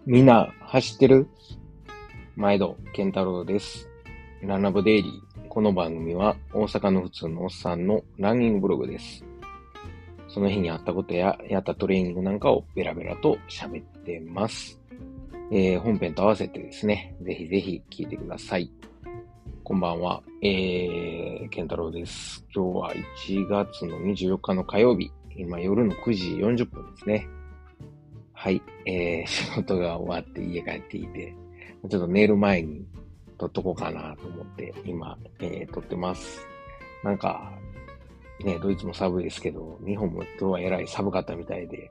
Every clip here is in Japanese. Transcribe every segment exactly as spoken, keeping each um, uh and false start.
みんな走ってる？毎度健太郎です。ランナブデイリー。この番組は大阪の普通のおっさんのランニングブログです。その日にあったことややったトレーニングなんかをベラベラと喋ってます。えー、本編と合わせてですね、ぜひぜひ聞いてください。こんばんは、えー、健太郎です。今日はいちがつのにじゅうよっかの火曜日、今夜のくじよんじゅっぷんですね。はい、えー、仕事が終わって家帰っていて、ちょっと寝る前に撮っとこうかなと思って今、えー、撮ってます。なんか、ね、ドイツも寒いですけど、日本も今日はえらい寒かったみたいで、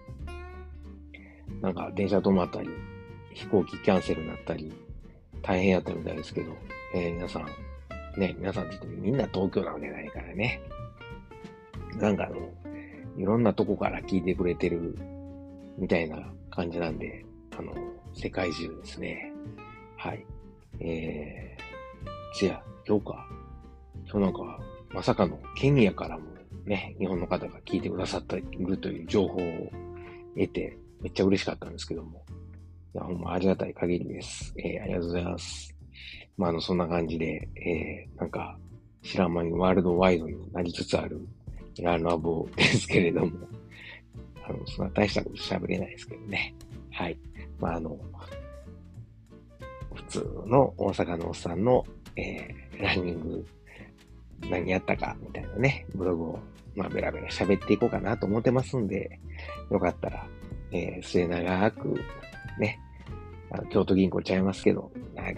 なんか電車止まったり、飛行機キャンセルになったり、大変やったみたいですけど、えー、皆さん、ね、皆さんって言ってもみんな東京なわけないからね。なんかあの、いろんなとこから聞いてくれてるみたいな感じなんで、あの、世界中ですね。はい。えー、つや、今日か。今日なんか、まさかのケニアからもね、日本の方が聞いてくださっているという情報を得て、めっちゃ嬉しかったんですけども。いや、ほんまありがたい限りです。えー、ありがとうございます。まあ、あの、そんな感じで、えー、なんか、知らん間にワールドワイドになりつつあるランナボですけれども、あの、そんな大したこと喋れないですけどね。はい。まあ、あの、普通の大阪のおっさんの、えー、ランニング何やったかみたいなね、ブログを、まあ、ベラベラ喋っていこうかなと思ってますんで、よかったら、えー、末長く、ね、あの京都銀行ちゃいますけど、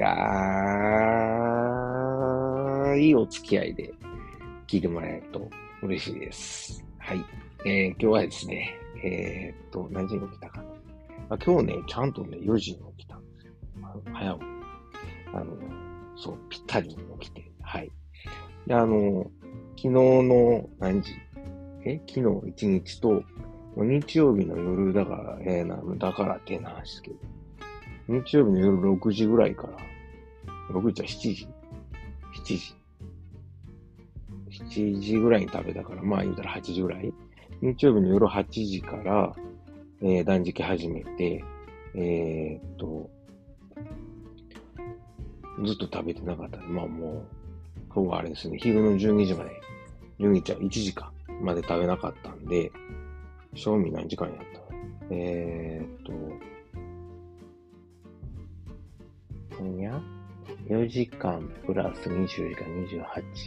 長いお付き合いで聞いてもらえると嬉しいです。はい。えー、今日はですね、えー、っと、何時に起きたかな。あ、今日ね、ちゃんとね、よじに起きたんですよ。あの早起き。あの、そう、ぴったりに起きて、はい。で、あの、昨日の何時え昨日一日と、日曜日の夜だから、えー、な、だからってな話ですけど、日曜日の夜ろくじぐらいから、ろくじはしちじ ?しち 時 ?しち 時ぐらいに食べたから、まあ言うたらはちじぐらい。日曜日の夜はちじから、えー、断食始めて、えー、っと、ずっと食べてなかった。まあもう、今日はあれですね、昼のじゅうにじまで、じゅうにじは、いちじかまで食べなかったんで、賞味何時間やったのえーっと、んや ?よ 時間プラスにじゅうよじかんにじゅうはち。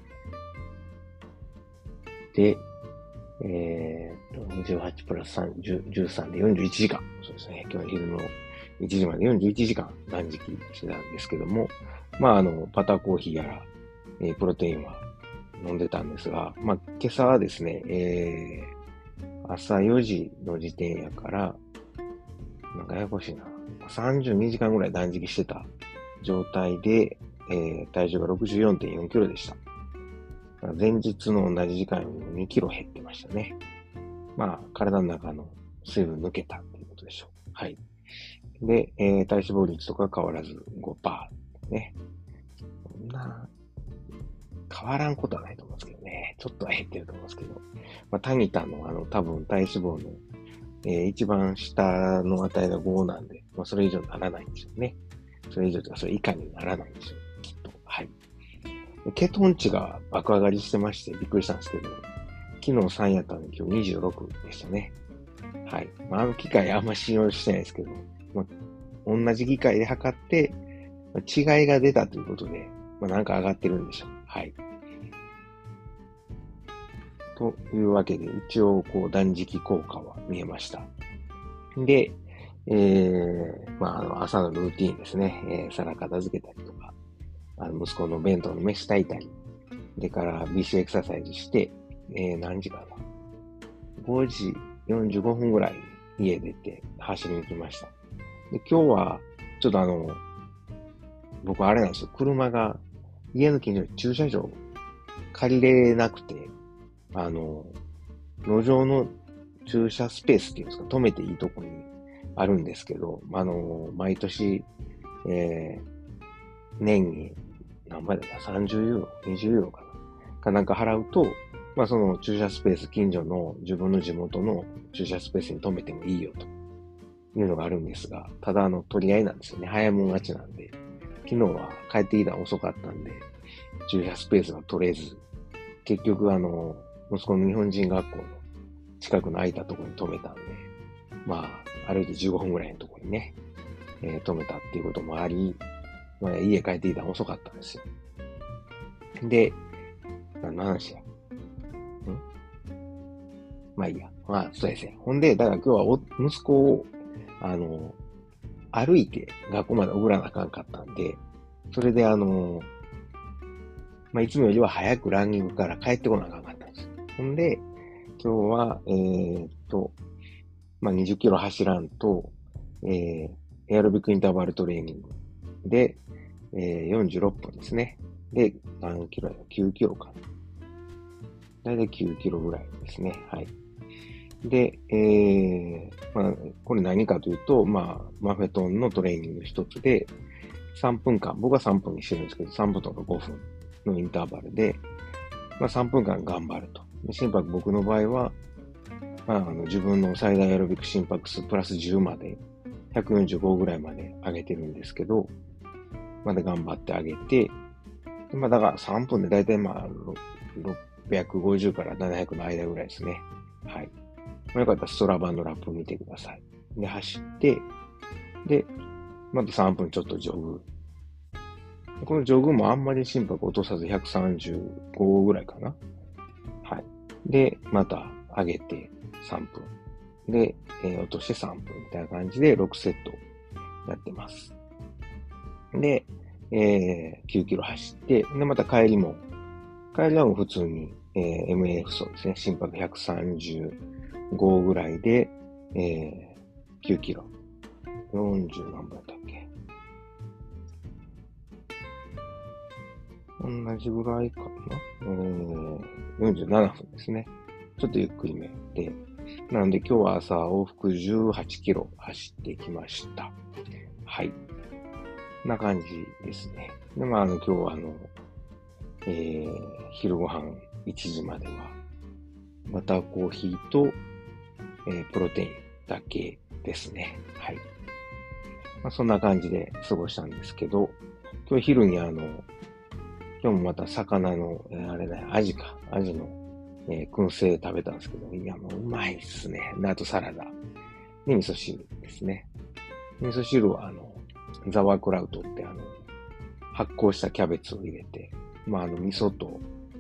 で、えーっと、にじゅうはちプラスさん、じゅう、じゅうさんでよんじゅういちじかん。そうですね。今日の昼のいちじまでよんじゅういちじかん断食してたんですけども、まあ、あの、バターコーヒーやら、えー、プロテインは飲んでたんですが、まあ、今朝はですね、えー、朝よじの時点やから、なんかややこしいな。さんじゅうにじかんぐらい断食してた状態で、えー、体重が ろくじゅうよんてんよんキロでした。前日の同じ時間よりもにキロ減ってましたね。まあ、体の中の水分抜けたっていうことでしょう。はい。で、えー、体脂肪率とか変わらず ごパーセント ね。そんな、変わらんことはないと思うんですけどね。ちょっとは減ってると思うんですけど。まあ、タニタのあの、多分体脂肪の、えー、一番下の値がごなんで、まあ、それ以上にならないんでしょうね。それ以上とか、それ以下にならないんでしょう。きっと。はい。ケトン値が爆上がりしてましてびっくりしたんですけど、昨日さんやったのに今日にじゅうろくでしたね。はい。まあ、あの機械あんま信用してないですけど、まあ、同じ機械で測って、まあ、違いが出たということで、まあ、なんか上がってるんでしょう。はい。というわけで、一応、こう、断食効果は見えました。で、えー、まあ、あの、朝のルーティーンですね。えー、皿片付けたりとか、あの、息子の弁当の飯炊いたり、でから、ビーシーエクササイズして、えー、何時かな。ごじよんじゅうごふんぐらいに家出て走りに行きました。で、今日は、ちょっとあの、僕あれなんですよ。車が、家の近所に駐車場借りれなくて、あの、路上の駐車スペースっていうんですか、止めていいとこにあるんですけど、あの、毎年、えー、年に何倍だかさんじゅうユーロ、にじゅうユーロかなかなんか払うと、まあその駐車スペース、近所の自分の地元の駐車スペースに止めてもいいよというのがあるんですが、ただあの、取り合いなんですよね。早いもん勝ちなんで。昨日は帰ってきたの遅かったんで、駐車スペースが取れず、結局あの、息子の日本人学校の近くの空いたところに止めたんで、まあ、歩いてじゅうごふんぐらいのところにね、えー、止めたっていうこともあり、まあ、家帰ってきたの遅かったんですよ。で、何の話や。んまあいいや。まあ、そうですね。ほんで、だから今日はお息子を、あの、歩いて学校まで送らなあかんかったんで、それであの、まあ、いつもよりは早くランニングから帰ってこなあかんかったんです。ほんで、今日は、えーっと、まあ、にじゅっキロ走らんと、えー、エアロビックインターバルトレーニングで、えー、よんじゅうろっぷんですね。で、何キロや ?きゅう キロかな。だいたいきゅうキロぐらいですね。はい。で、えー、まあ、これ何かというと、まあ、マフェトンのトレーニング一つで、さんぷんかん、僕はさんぷんにしてるんですけど、さんぷんとかごふんのインターバルで、まあ、さんぷんかん頑張ると。で心拍、僕の場合は、まあ、あの自分の最大エアロビック心拍数プラスじゅうまで、ひゃくよんじゅうごぐらいまで上げてるんですけど、まだ頑張ってあげて、でまあ、だからさんぷんでだいたいまあ、ろっぴゃくごじゅうからななひゃくの間ぐらいですね。はい。まあ、よかったらストラバのラップ見てください。で、走って、で、またさんぷんちょっとジョグ。このジョグもあんまり心拍落とさずひゃくさんじゅうごぐらいかな。はい。で、また上げてさんぷん。で、えー落としてさんぷんみたいな感じでろくセットやってます。で、えー、きゅうキロ走って、で、また帰りも、帰りはもう普通に、えー、エムエーエフ そうですね。心拍ひゃくさんじゅうごぐらいで、えー、きゅうキロ。よんじゅう何分だったっけ？同じぐらいかな。えー、よんじゅうななふんですね。ちょっとゆっくりめで。なので今日は朝往復じゅうはちキロ走ってきました。はい。こんな感じですね。で、まあ、あの、今日はあの、えー、昼ご飯いちじまでは、バターコーヒーと、えー、プロテインだけですね。はい。まあ、そんな感じで過ごしたんですけど、今日昼にあの、今日もまた魚の、えーあれね、アジか。アジの、えー燻製食べたんですけど、いや、もううまいっすね。で、あとサラダ。で、味噌汁ですね。味噌汁はあの、ザワークラウトってあの、発酵したキャベツを入れて、まああの、味噌と、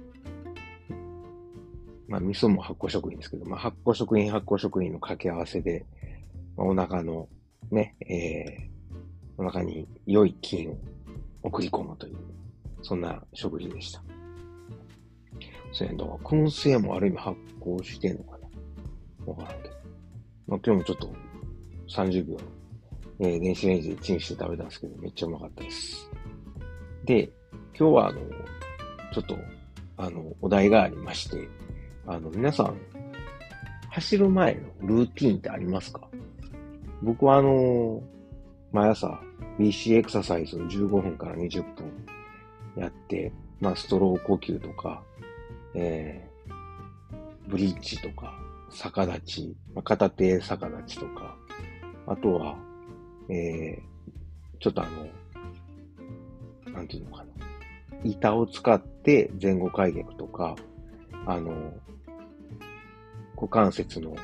まあ味噌も発酵食品ですけど、まあ発酵食品、発酵食品の掛け合わせで、まあ、お腹のね、えー、お腹に良い菌を送り込むという、そんな食事でした。そうやんだから、燻製もある意味発酵してんのかなわからんけど。まあ今日もちょっとさんじゅうびょう、えー電子レンジでチンして食べたんですけど、めっちゃうまかったです。で、今日はあの、ちょっと、あの、お題がありまして、あの、皆さん、走る前のルーティーンってありますか？僕はあの、毎朝 ビーシー エクササイズをじゅうごふんからにじゅっぷんやって、まあ、ストロー呼吸とか、えー、ブリッジとか、逆立ち、まあ、片手逆立ちとか、あとは、えー、ちょっとあの、なんていうのかな。板を使って前後開脚とか、あの、股関節の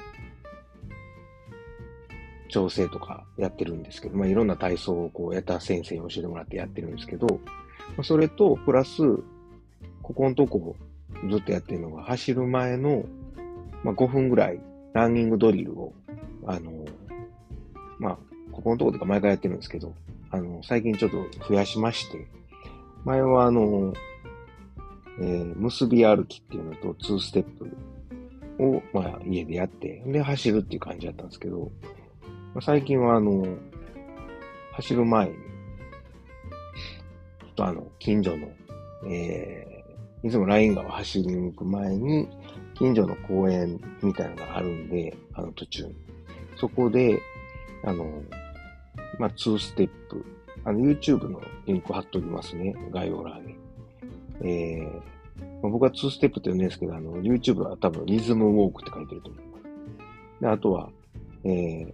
調整とかやってるんですけど、まあ、いろんな体操をこう、やった先生に教えてもらってやってるんですけど、まあ、それと、プラス、ここのとこずっとやってるのが、走る前の、まあ、ごふんぐらい、ランニングドリルを、あの、まあ、ここのところとか前からやってるんですけど、あの、最近ちょっと増やしまして、前はあの、えー、結び歩きっていうのとツーステップを、まあ、家でやって、で、走るっていう感じだったんですけど、まあ、最近はあの、走る前に、ちょっとあの、近所の、えー、いつもライン川走りに行く前に、近所の公園みたいなのがあるんで、あの途中に。そこで、あの、まあ、ツーステップ、あの、YouTube のリンク貼っときますね、概要欄に。えー、まあ、僕はツーステップって呼んでるんですけど、あの、YouTube は多分リズムウォークって書いてると思います。で、あとは、えー、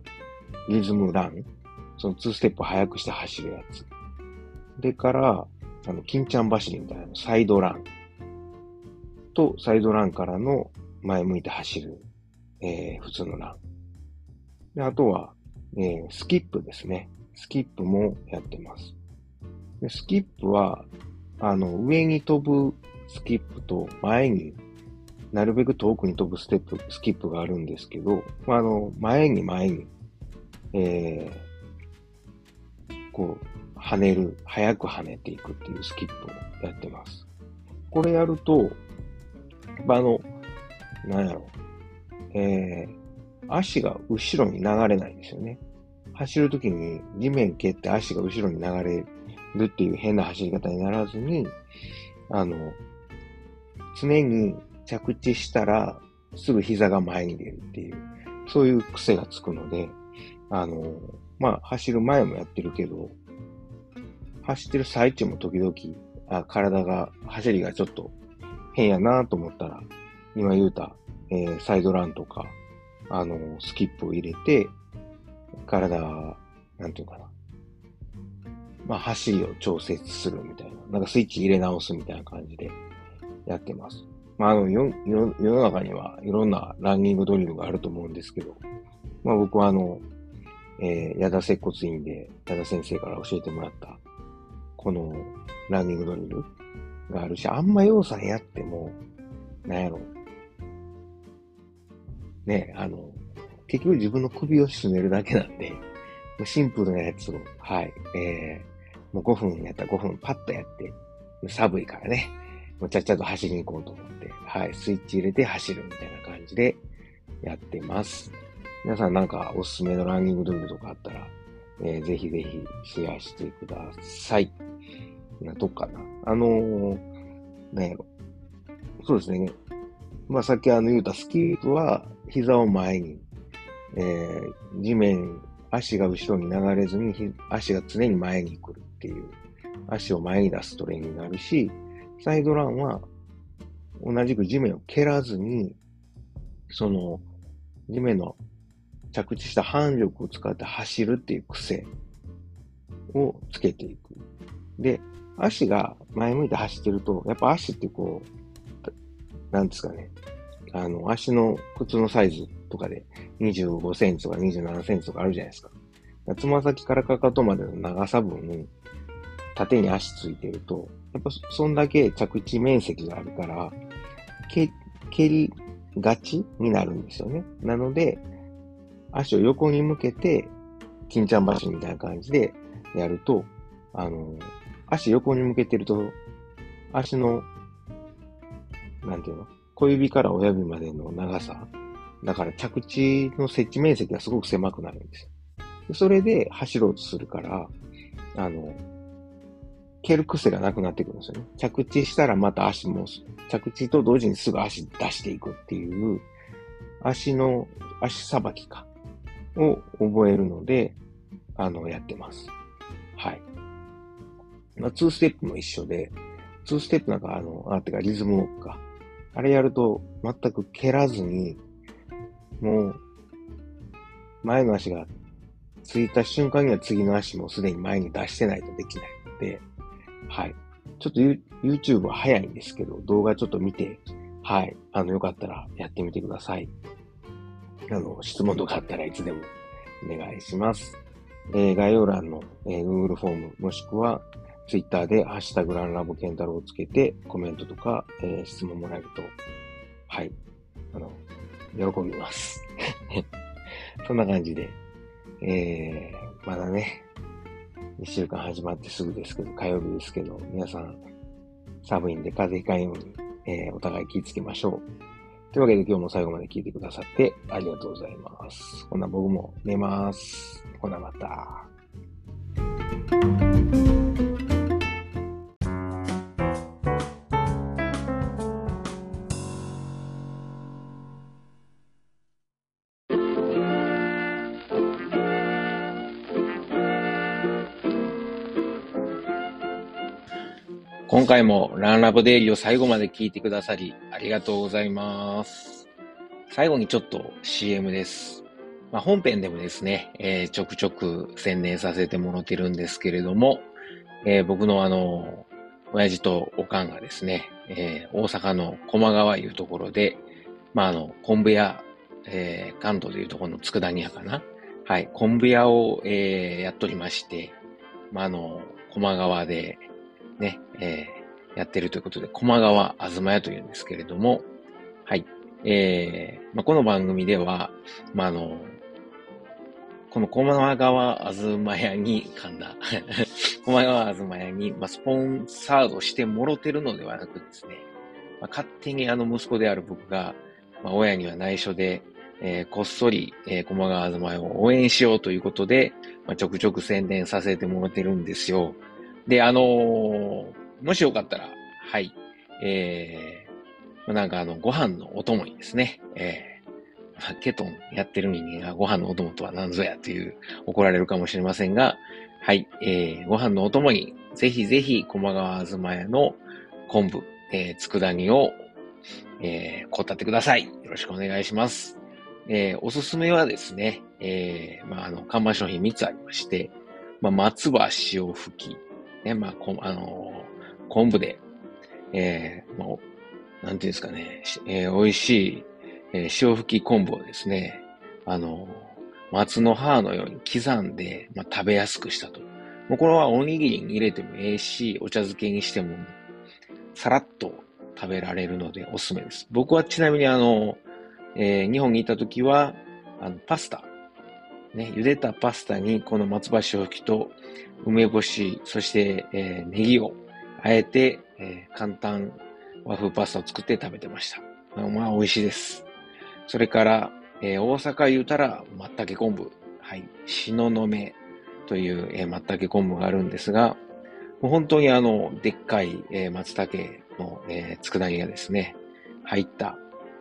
リズムラン。そのにステップ早くして走るやつ。でから、あの、金ちゃん走りみたいなサイドラン。と、サイドランからの前向いて走る、えー、普通のラン。で、あとは、えー、スキップですね。スキップもやってます。でスキップは、あの、上に飛ぶスキップと前に、なるべく遠くに飛ぶステップ、スキップがあるんですけど、まあ、あの、前に前に、えー、こう、跳ねる、早く跳ねていくっていうスキップをやってます。これやると、あの、なんやろ、えー、足が後ろに流れないんですよね。走るときに地面蹴って足が後ろに流れるっていう変な走り方にならずに、あの、常に着地したらすぐ膝が前に出るっていう、そういう癖がつくので、あの、まあ、走る前もやってるけど、走ってる最中も時々、あ、体が、走りがちょっと変やなと思ったら、今言うた、えー、サイドランとか、あの、スキップを入れて、体、なんていうかな。まあ、走りを調節するみたいな。なんかスイッチ入れ直すみたいな感じでやってます。まあ、あの、世世世の中にはいろんなランニングドリルがあると思うんですけど、まあ僕はあの、えー、矢田接骨院で矢田先生から教えてもらった、このランニングドリルがあるし、あんま要さんやっても、なんやろ。ね、あの、結局自分の首を絞めるだけなんで、シンプルなやつを、はい、えー、もうごふんやったらごふんパッとやって、寒いからね、もうちゃっちゃと走りに行こうと思って、はい、スイッチ入れて走るみたいな感じでやってます。皆さんなんかおすすめのランニングドリルとかあったら、えー、ぜひぜひシェアしてください。なとこかな。あのー、なんやろ。そうですね。まあさっきあの言うたスキープは膝を前に、えー、地面、足が後ろに流れずに、足が常に前に来るっていう、足を前に出すトレーニングになるし、サイドランは同じく地面を蹴らずに、その地面の着地した反力を使って走るっていう癖をつけていく。で、足が前向いて走ってると、やっぱ足ってこう、なんですかね、あの、足の靴のサイズとかでにじゅうごセンチとかにじゅうななセンチとかあるじゃないですか。つま先からかかとまでの長さ分、縦に足ついてると、やっぱそんだけ着地面積があるから、蹴りがちになるんですよね。なので、足を横に向けて、金ちゃん走りみたいな感じでやると、あの、足横に向けてると、足の、なんていうの、小指から親指までの長さ、だから着地の接地面積がすごく狭くなるんですよ。それで走ろうとするから、あの、蹴る癖がなくなってくるんですよね。着地したらまた足も、着地と同時にすぐ足出していくっていう、足の、足さばきか、を覚えるので、あの、やってます。はい。まあ、にステップも一緒で、にステップなんかあの、あ、てかリズムウォークか。あれやると全く蹴らずに、もう、前の足がついた瞬間には次の足もすでに前に出してないとできないので、はい。ちょっと YouTube は早いんですけど、動画ちょっと見て、はい。あの、よかったらやってみてください。あの、質問とかあったらいつでもお願いします。えー、概要欄の、えー、Google フォーム、もしくは Twitter でハッシュタグランラボケンタロウをつけてコメントとか、えー、質問もらえると、はい。あの、喜びます。そんな感じで、えー、まだね、いっしゅうかん始まってすぐですけど、火曜日ですけど、皆さん、寒いんで風邪ひかんように、えー、お互い気をつけましょう。というわけで今日も最後まで聞いてくださってありがとうございます。ほな僕も寝ます。ほなまた。今回もランラボデイリーを最後まで聞いてくださりありがとうございます。最後にちょっと シーエム です。 まあ、本編でもですね、えーちょくちょく宣伝させてもらってるんですけれども、えー僕のあの、親父とおかんがですね、えー大阪の駒川いうところで、まあ、あの、昆布屋、えー関東でいうところの佃煮屋かな。はい、昆布屋を、えーやっておりまして、まあ、あの、駒川でね、えーやってるということで、駒川あずま屋というんですけれども、はい。えーまあ、この番組では、まあ、あの、この駒川あずま屋に、噛んだ。駒川あずま屋に、まあ、スポンサードしてもろてるのではなくですね、まあ、勝手にあの息子である僕が、まあ、親には内緒で、えーこっそり、えー、駒川あずま屋を応援しようということで、まあ、ちょくちょく宣伝させてもらってるんですよ。で、あのーもしよかったら、はい、えー、まあなんかあの、ご飯のお供にですね、えーまあケトンやってる人間がご飯のお供とは何ぞやという怒られるかもしれませんが、はい、えー、ご飯のお供にぜひぜひ駒川あずま屋の昆布、えー、佃煮を、えー、こたってください。よろしくお願いします。えー、おすすめはですね、えー、まあ、あの、看板商品みっつありまして、まあ、松葉塩吹き、ね、まあ、こあのー昆布で、えー、もう、なんていうんですかね、しえー美味しい、えー塩吹き昆布をですね、あの、松の葉のように刻んで、まあ、食べやすくしたと。もうこれはおにぎりに入れてもええし、お茶漬けにしても、さらっと食べられるのでおすすめです。僕はちなみにあの、えー日本にいた時は、あの、パスタ、ね、茹でたパスタにこの松葉塩吹きと梅干し、そして、えーネギをあえて、えー簡単和風パスタを作って食べてました。まあ、美味しいです。それから、えー大阪言うたら、松茸昆布。はい。東雲という、えー松茸昆布があるんですが、もう本当にあの、でっかい、えー松茸の、えー佃煮がですね、入った、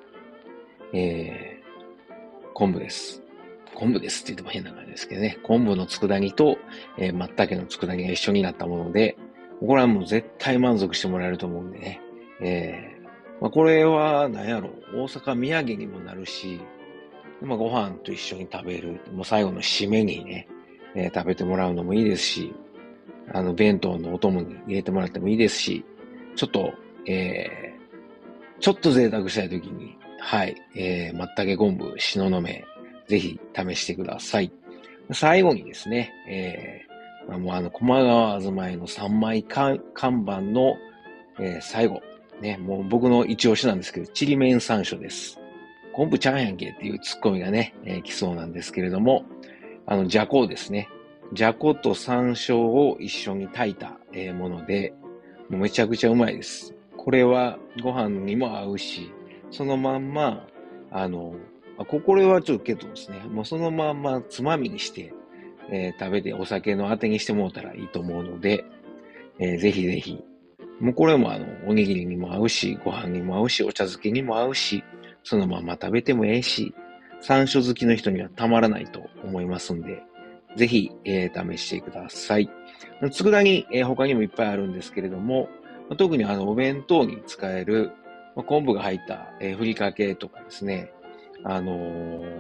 えー昆布です。昆布ですって言っても変な感じですけどね。昆布の佃煮と、えー、松茸の佃煮が一緒になったもので、これはもう絶対満足してもらえると思うんでね。えーまあ、これは何やろ、大阪土産にもなるし、まあ、ご飯と一緒に食べる、もう最後の締めにね、えー食べてもらうのもいいですし、あの、弁当のお供に入れてもらってもいいですし、ちょっと、えー、ちょっと贅沢したいときに、はい、えー、松茸昆布、東雲、ぜひ試してください。最後にですね、えー、まあ、もうあの、駒川あずまいのさんまい看板の、えー最後、ね、もう僕の一押しなんですけど、ちりめん山椒です。昆布ちゃんやんけっていうツッコミがね、えー来そうなんですけれども、あの、じゃこですね。じゃこと山椒を一緒に炊いた、えーもので、もうめちゃくちゃうまいです。これはご飯にも合うし、そのまんま、あの、あここれはちょっとケトですね。もうそのまんまつまみにして、えー食べてお酒のあてにしてもらったらいいと思うので、えーぜひぜひ。もうこれもあの、おにぎりにも合うし、ご飯にも合うし、お茶漬けにも合うし、そのまま食べてもええし、山椒好きの人にはたまらないと思いますんで、ぜひ、えー試してください。佃煮、えー他にもいっぱいあるんですけれども、まあ特にあの、お弁当に使える、まあ昆布が入った、えーふりかけとかですね、あのー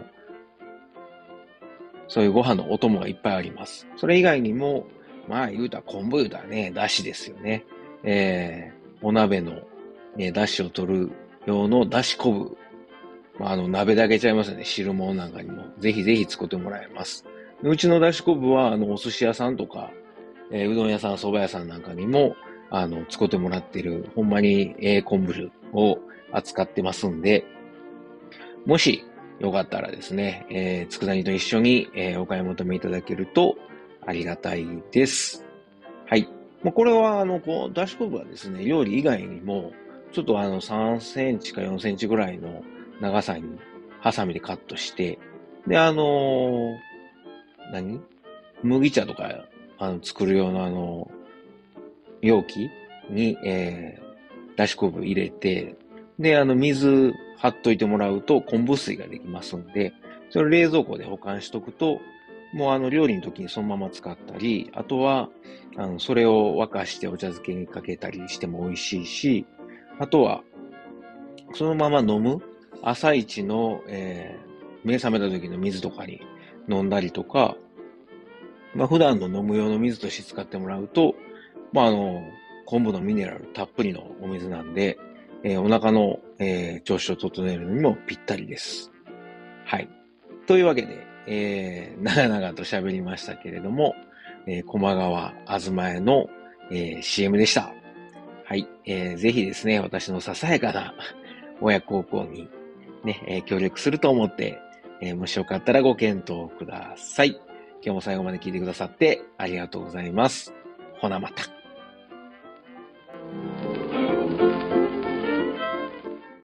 そういうご飯のお供がいっぱいあります。それ以外にも、まあ言うたら昆布言うたらね、だしですよね。えー、お鍋の、ね、だしを取る用のだし昆布。まあ、あの、鍋だけちゃいますよね。汁物なんかにも。ぜひぜひ作ってもらえます。うちのだし昆布は、あの、お寿司屋さんとか、えーうどん屋さん、蕎麦屋さんなんかにも、あの、作ってもらってる、ほんまに、ええ昆布を扱ってますんで、もしよかったらですね、えー、佃煮と一緒に、えーお買い求めいただけるとありがたいです。はい。まあ、これは、あの、こう、だし昆布はですね、料理以外にも、ちょっとあの、さんセンチかよんセンチぐらいの長さに、ハサミでカットして、で、あのー何麦茶とか、あの、作る用のあの、容器に、えー、だし昆布入れて、で、あの、水張っといてもらうと昆布水ができますんで、それを冷蔵庫で保管しとくと、もうあの、料理の時にそのまま使ったり、あとは、あの、それを沸かしてお茶漬けにかけたりしても美味しいし、あとは、そのまま飲む朝一の、えー目覚めた時の水とかに飲んだりとか、まあ普段の飲む用の水として使ってもらうと、まああの、昆布のミネラルたっぷりのお水なんで、えーお腹の、えー調子を整えるのにもぴったりです。はい。というわけで、えー、長々と喋りましたけれども、えー、駒川あずまえの、えー シーエム でした。はい。えーぜひですね、私のささやかな親孝行にね、えー協力すると思って、えーもしよかったらご検討ください。今日も最後まで聞いてくださってありがとうございます。ほなまた。